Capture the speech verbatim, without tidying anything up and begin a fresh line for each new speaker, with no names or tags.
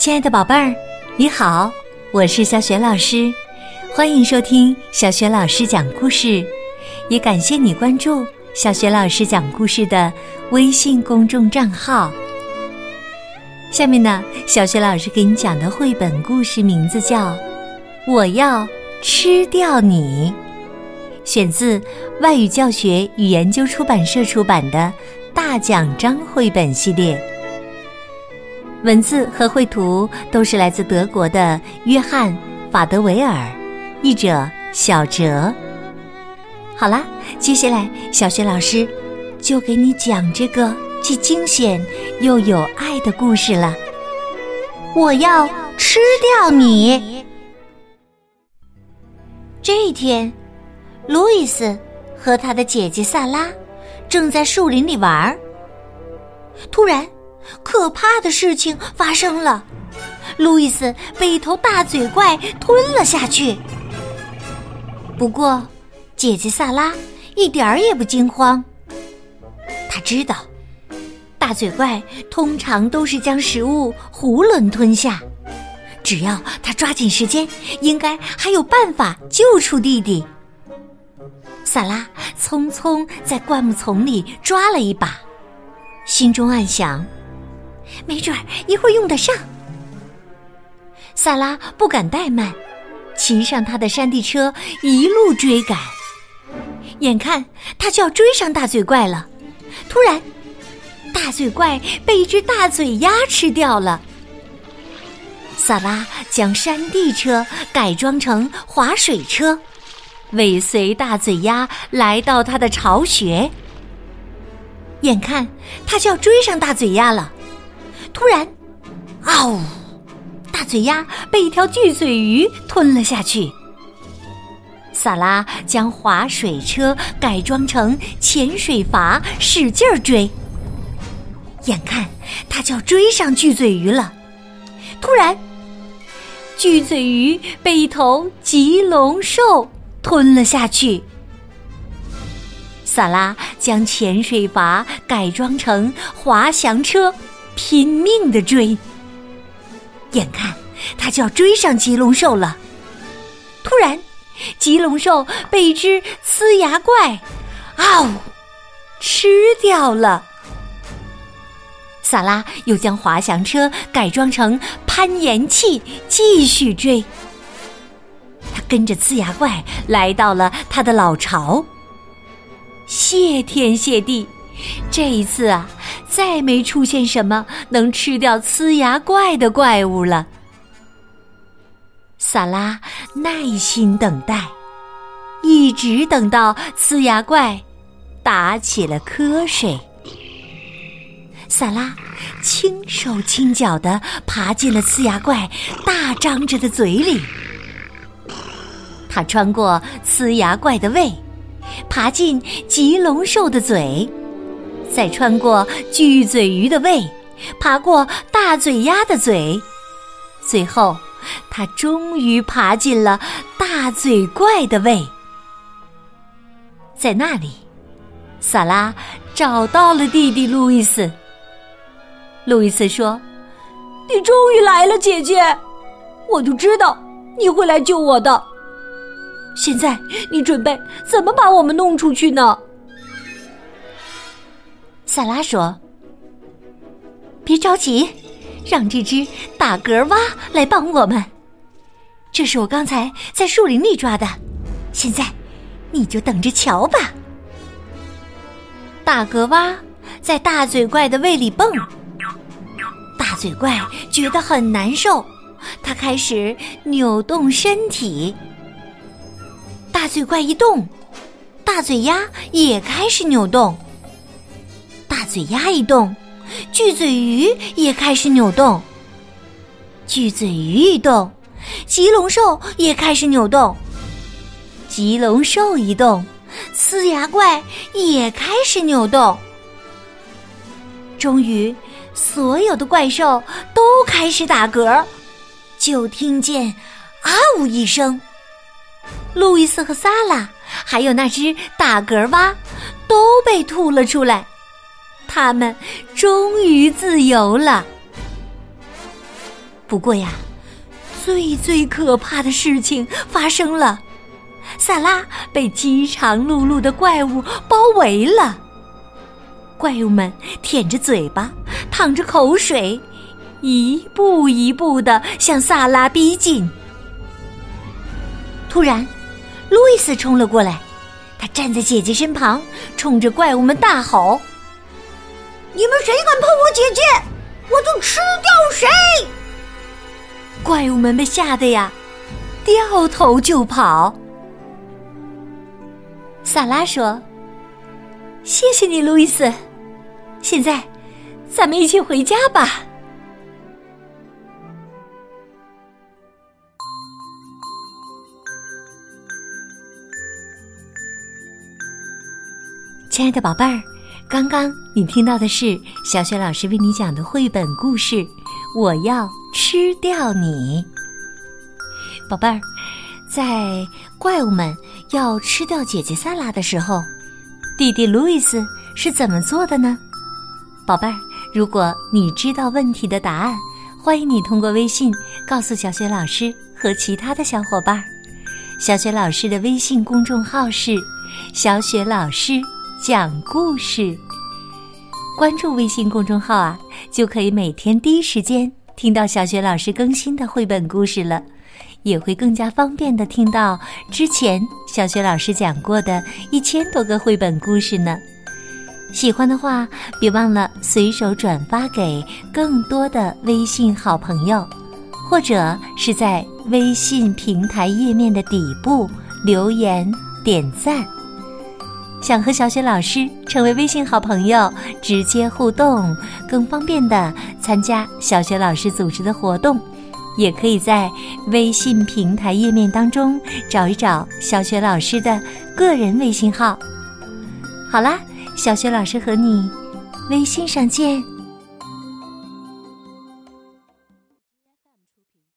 亲爱的宝贝儿，你好，我是小雪老师，欢迎收听小雪老师讲故事，也感谢你关注小雪老师讲故事的微信公众账号。下面呢，小雪老师给你讲的绘本故事名字叫《我要吃掉你》，选自外语教学与研究出版社出版的大奖章绘本系列。文字和绘图都是来自德国的约翰·法德维尔，译者小哲。好啦，接下来小雪老师就给你讲这个既惊险又有爱的故事了。我要吃掉你。这一天，路易斯和他的姐姐萨拉正在树林里玩，突然可怕的事情发生了，路易斯被一头大嘴怪吞了下去。不过姐姐萨拉一点儿也不惊慌，她知道大嘴怪通常都是将食物囫囵吞下，只要她抓紧时间，应该还有办法救出弟弟。萨拉匆匆在灌木丛里抓了一把，心中暗想，没准儿一会儿用得上。萨拉不敢怠慢，骑上他的山地车一路追赶。眼看他就要追上大嘴怪了，突然大嘴怪被一只大嘴鸭吃掉了。萨拉将山地车改装成滑水车，尾随大嘴鸭来到他的巢穴。眼看他就要追上大嘴鸭了，突然嗷，大嘴鸭被一条巨嘴鱼吞了下去。萨拉将滑水车改装成潜水筏，使劲儿追。眼看他就要追上巨嘴鱼了，突然巨嘴鱼被一头棘龙兽吞了下去。萨拉将潜水筏改装成滑翔车，拼命地追。眼看他就要追上棘龙兽了，突然棘龙兽被一只呲牙怪嗷吃掉了。萨拉又将滑翔车改装成攀岩器，继续追。他跟着呲牙怪来到了他的老巢。谢天谢地，这一次啊，再没出现什么能吃掉呲牙怪的怪物了。萨拉耐心等待，一直等到呲牙怪打起了瞌睡。萨拉轻手轻脚地爬进了呲牙怪大张着的嘴里。他穿过呲牙怪的胃，爬进棘龙兽的嘴，再穿过巨嘴鱼的胃，爬过大嘴鸭的嘴，最后他终于爬进了大嘴怪的胃。在那里，萨拉找到了弟弟路易斯。路易斯说，你终于来了，姐姐，我就知道你会来救我的。现在你准备怎么把我们弄出去呢？萨拉说，别着急，让这只大格蛙来帮我们。这是我刚才在树林里抓的，现在你就等着瞧吧。大格蛙在大嘴怪的胃里蹦，大嘴怪觉得很难受，他开始扭动身体。大嘴怪一动，大嘴鸭也开始扭动。大嘴鸭一动，巨嘴鱼也开始扭动。巨嘴鱼一动，棘龙兽也开始扭动。棘龙兽一动，呲牙怪也开始扭动。终于所有的怪兽都开始打嗝，就听见啊呜一声，路易斯和萨拉还有那只大嗝蛙都被吐了出来，他们终于自由了。 不过呀，最最可怕的事情发生了，萨拉被饥肠辘辘的怪物包围了。怪物们舔着嘴巴，淌着口水，一步一步地向萨拉逼近。突然，路易斯冲了过来，他站在姐姐身旁，冲着怪物们大吼：“
你们谁敢碰我姐姐，我就吃掉谁！”
怪物们被吓得呀，掉头就跑。萨拉说：“谢谢你，路易斯。现在，咱们一起回家吧。”亲爱的宝贝儿，刚刚你听到的是小雪老师为你讲的绘本故事《我要吃掉你》。宝贝儿，在怪物们要吃掉姐姐萨拉的时候，弟弟路易斯是怎么做的呢？宝贝儿，如果你知道问题的答案，欢迎你通过微信告诉小雪老师和其他的小伙伴。小雪老师的微信公众号是小雪老师讲故事，关注微信公众号啊，就可以每天第一时间听到小雪老师更新的绘本故事了，也会更加方便的听到之前小雪老师讲过的一千多个绘本故事呢。喜欢的话，别忘了随手转发给更多的微信好朋友，或者是在微信平台页面的底部留言点赞。想和小雪老师成为微信好朋友，直接互动，更方便的参加小雪老师组织的活动，也可以在微信平台页面当中找一找小雪老师的个人微信号。好啦，小雪老师和你微信上见。